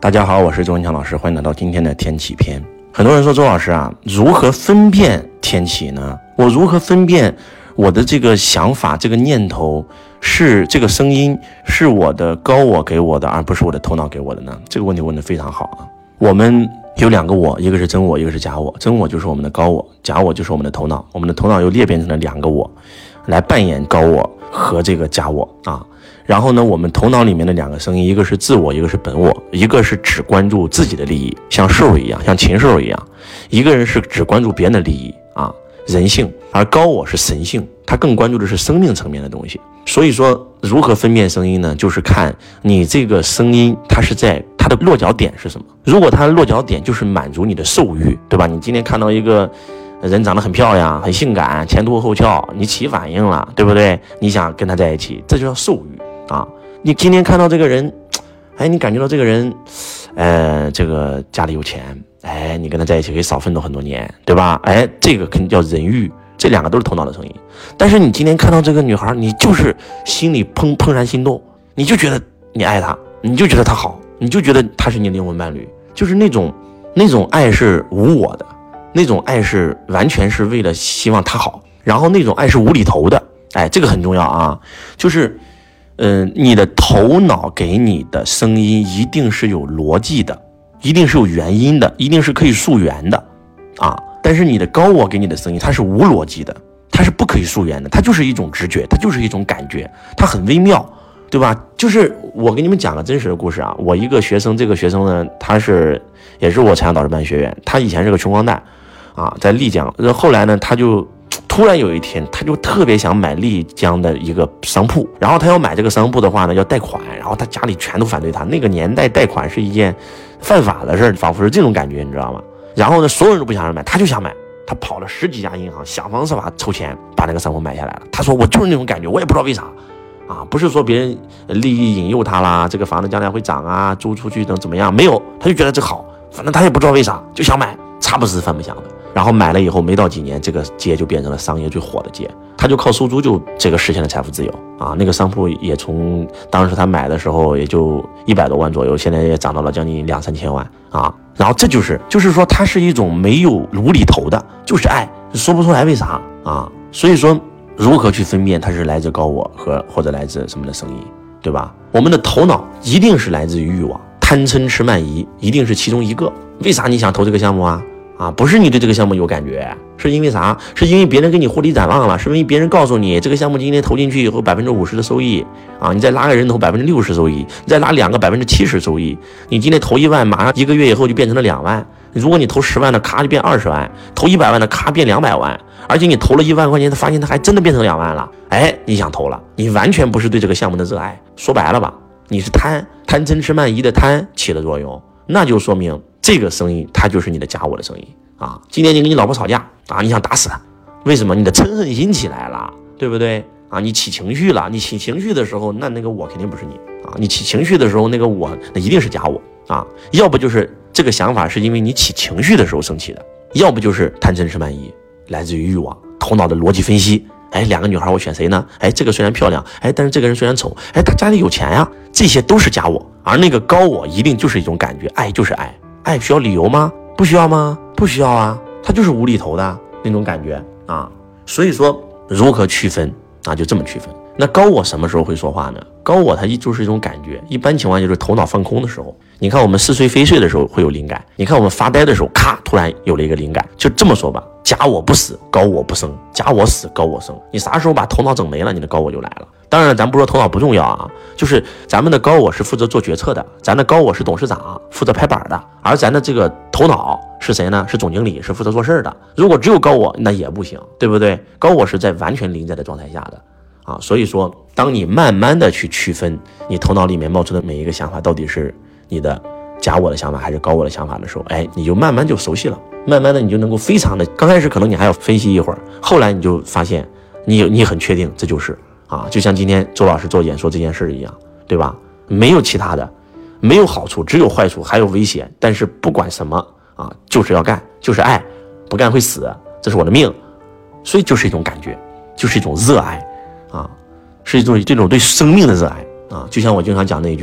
大家好，我是周文强老师，欢迎来到今天的天启篇。很多人说周老师啊，如何分辨天启呢？我如何分辨我的这个想法、这个念头是这个声音是我的高我给我的，而不是我的头脑给我的呢？这个问题问得非常好啊。我们有两个我，一个是真我，一个是假我。真我就是我们的高我，假我就是我们的头脑。我们的头脑又裂变成了两个我，来扮演高我和这个假我啊。然后呢，我们头脑里面的两个声音，一个是自我，一个是本我，一个是只关注自己的利益，像兽一样，像禽兽一样；一个人是只关注别人的利益啊，人性。而高我是神性，他更关注的是生命层面的东西。所以说，如何分辨声音呢？就是看你这个声音，它是在它的落脚点是什么。如果它的落脚点就是满足你的兽欲，对吧？你今天看到一个人长得很漂亮、很性感、前凸后翘，你起反应了，对不对？你想跟他在一起，这就叫兽欲啊！你今天看到这个人，你感觉到这个人，这个家里有钱，你跟他在一起可以少奋斗很多年，对吧？这个肯定叫人欲，这两个都是头脑的声音。但是你今天看到这个女孩，你就是心里怦然心动，你就觉得你爱她，你就觉得她好，你就觉得她是你灵魂伴侣，就是那种爱是无我的，那种爱是完全是为了希望她好，然后那种爱是无厘头的，这个很重要啊，就是你的头脑给你的声音一定是有逻辑的，一定是有原因的，一定是可以溯源的啊。但是你的高我给你的声音，它是无逻辑的，它是不可以溯源的，它就是一种直觉，它就是一种感觉，它很微妙，对吧？就是我给你们讲个真实的故事啊。我一个学生，这个学生呢，也是我财商导师班学员，他以前是个穷光蛋啊，在丽江，后来呢，他就突然有一天，他就特别想买丽江的一个商铺，然后他要买这个商铺的话呢，要贷款，然后他家里全都反对他。那个年代贷款是一件犯法的事，仿佛是这种感觉，你知道吗？然后呢，所有人都不想让买，他就想买，他跑了10几家银行，想方设法凑钱把那个商铺买下来了。他说我就是那种感觉，我也不知道为啥啊，不是说别人利益引诱他啦，这个房子将来会涨啊，租出去能怎么样？没有，他就觉得这好，反正他也不知道为啥，就想买，茶不思饭不想的。然后买了以后没到几年，这个街就变成了商业最火的街，他就靠收租就这个实现了财富自由啊。那个商铺也从当时他买的时候也就100多万左右，现在也涨到了将近2、3千万啊。然后这就是说它是一种没有无厘头的，就是爱，说不出来为啥啊。所以说如何去分辨它是来自高我或者来自什么的声音，对吧？我们的头脑一定是来自于欲望，贪嗔痴慢疑一定是其中一个。为啥你想投这个项目啊？不是你对这个项目有感觉，是因为啥？是因为别人给你获利展望了，是因为别人告诉你这个项目今天投进去以后50%的收益啊，你再拉个人头60%收益，你再拉2个70%收益，你今天投1万，马上1个月以后就变成了2万。如果你投10万的，咔就变20万；投100万的，咔变200万。而且你投了1万块钱，他发现他还真的变成2万了，你想投了，你完全不是对这个项目的热爱，说白了吧，你是贪嗔痴慢疑的贪起了作用，那就说明这个声音它就是你的假我的声音啊。今天你跟你老婆吵架啊，你想打死她，为什么？你的嗔恨心起来了，对不对啊？你起情绪了，你起情绪的时候，那个我肯定不是你啊。你起情绪的时候，那个我那一定是假我啊。要不就是这个想法是因为你起情绪的时候生气的，要不就是贪嗔痴慢疑，来自于欲望，头脑的逻辑分析。两个女孩我选谁呢？这个虽然漂亮，但是这个人虽然丑，他家里有钱呀，这些都是假我。而那个高我一定就是一种感觉，爱就是爱，爱需要理由吗？不需要吗？不需要啊，它就是无厘头的那种感觉啊。所以说如何区分啊？就这么区分。那高我什么时候会说话呢？高我它就是一种感觉，一般情况就是头脑放空的时候。你看我们似睡非睡的时候会有灵感，你看我们发呆的时候，咔突然有了一个灵感。就这么说吧，假我不死，高我不生；假我死，高我生。你啥时候把头脑整没了，你的高我就来了。当然咱不说头脑不重要啊，就是咱们的高我是负责做决策的，咱的高我是董事长，负责拍板的，而咱的这个头脑是谁呢？是总经理，是负责做事的。如果只有高我，那也不行，对不对？高我是在完全临在的状态下的啊。所以说当你慢慢的去区分你头脑里面冒出的每一个想法到底是你的假我的想法还是高我的想法的时候，你就慢慢就熟悉了，慢慢的你就能够非常的，刚开始可能你还要分析一会儿，后来你就发现你很确定这就是啊，就像今天周老师做演说这件事一样，对吧？没有其他的，没有好处，只有坏处，还有危险。但是不管什么啊，就是要干，就是爱，不干会死，这是我的命。所以就是一种感觉，就是一种热爱啊，是一种这种对生命的热爱啊。就像我经常讲那一句话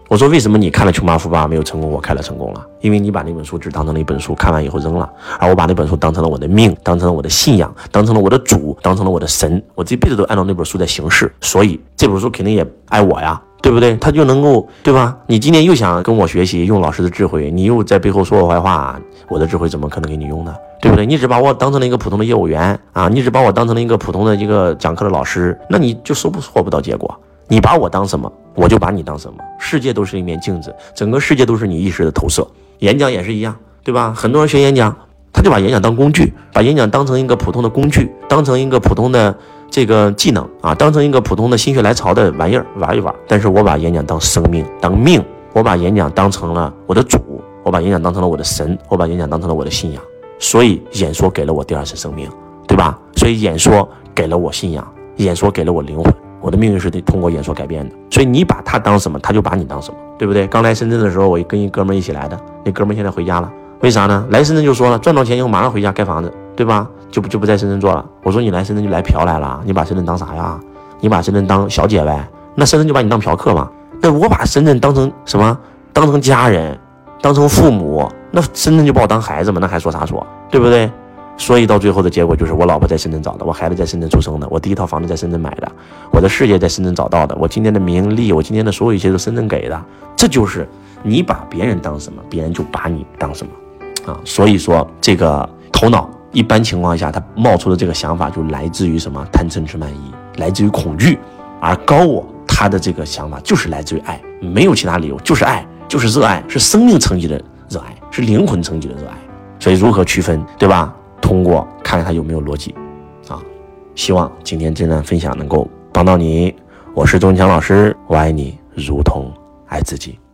我说为什么你看了《穷爸富爸爸》没有成功，我看了成功了？因为你把那本书只当成了一本书，看完以后扔了，而我把那本书当成了我的命，当成了我的信仰，当成了我的主，当成了我的神，我这辈子都按照那本书在行事，所以这本书肯定也爱我呀，对不对？他就能够，对吧？你今天又想跟我学习，用老师的智慧，你又在背后说我坏话，我的智慧怎么可能给你用呢？对不对？你只把我当成了一个普通的业务员啊，你只把我当成了一个普通的一个讲课的老师，那你就收获不到结果。你把我当什么，我就把你当什么。世界都是一面镜子，整个世界都是你意识的投射。演讲也是一样，对吧？很多人学演讲，他就把演讲当工具，把演讲当成一个普通的工具，当成一个普通的这个技能啊，当成一个普通的心血来潮的玩意儿玩一玩。但是我把演讲当生命，当命，我把演讲当成了我的主，我把演讲当成了我的神，我把演讲当成了我的信仰。所以演说给了我第二次生命，对吧？所以演说给了我信仰，演说给了我灵魂。我的命运是得通过演说改变的，所以你把他当什么，他就把你当什么，对不对？刚来深圳的时候，我跟一哥们一起来的，那哥们现在回家了，为啥呢？来深圳就说了，赚到钱以后马上回家盖房子，对吧？就不在深圳做了。我说你来深圳就来嫖来了，你把深圳当啥呀？你把深圳当小姐呗？那深圳就把你当嫖客嘛？那我把深圳当成什么？当成家人，当成父母，那深圳就把我当孩子嘛？那还说啥说，对不对？所以到最后的结果就是我老婆在深圳找的，我孩子在深圳出生的，我第一套房子在深圳买的，我的事业在深圳找到的，我今天的名利，我今天的所有一切都深圳给的。这就是你把别人当什么，别人就把你当什么啊。所以说这个头脑一般情况下它冒出的这个想法就来自于什么？贪嗔痴慢疑，来自于恐惧。而高我他的这个想法就是来自于爱，没有其他理由，就是爱，就是热爱，是生命层级的热爱，是灵魂层级的热爱。所以如何区分，对吧？通过看看它有没有逻辑啊！希望今天这段分享能够帮到你。我是周文强老师，我爱你如同爱自己。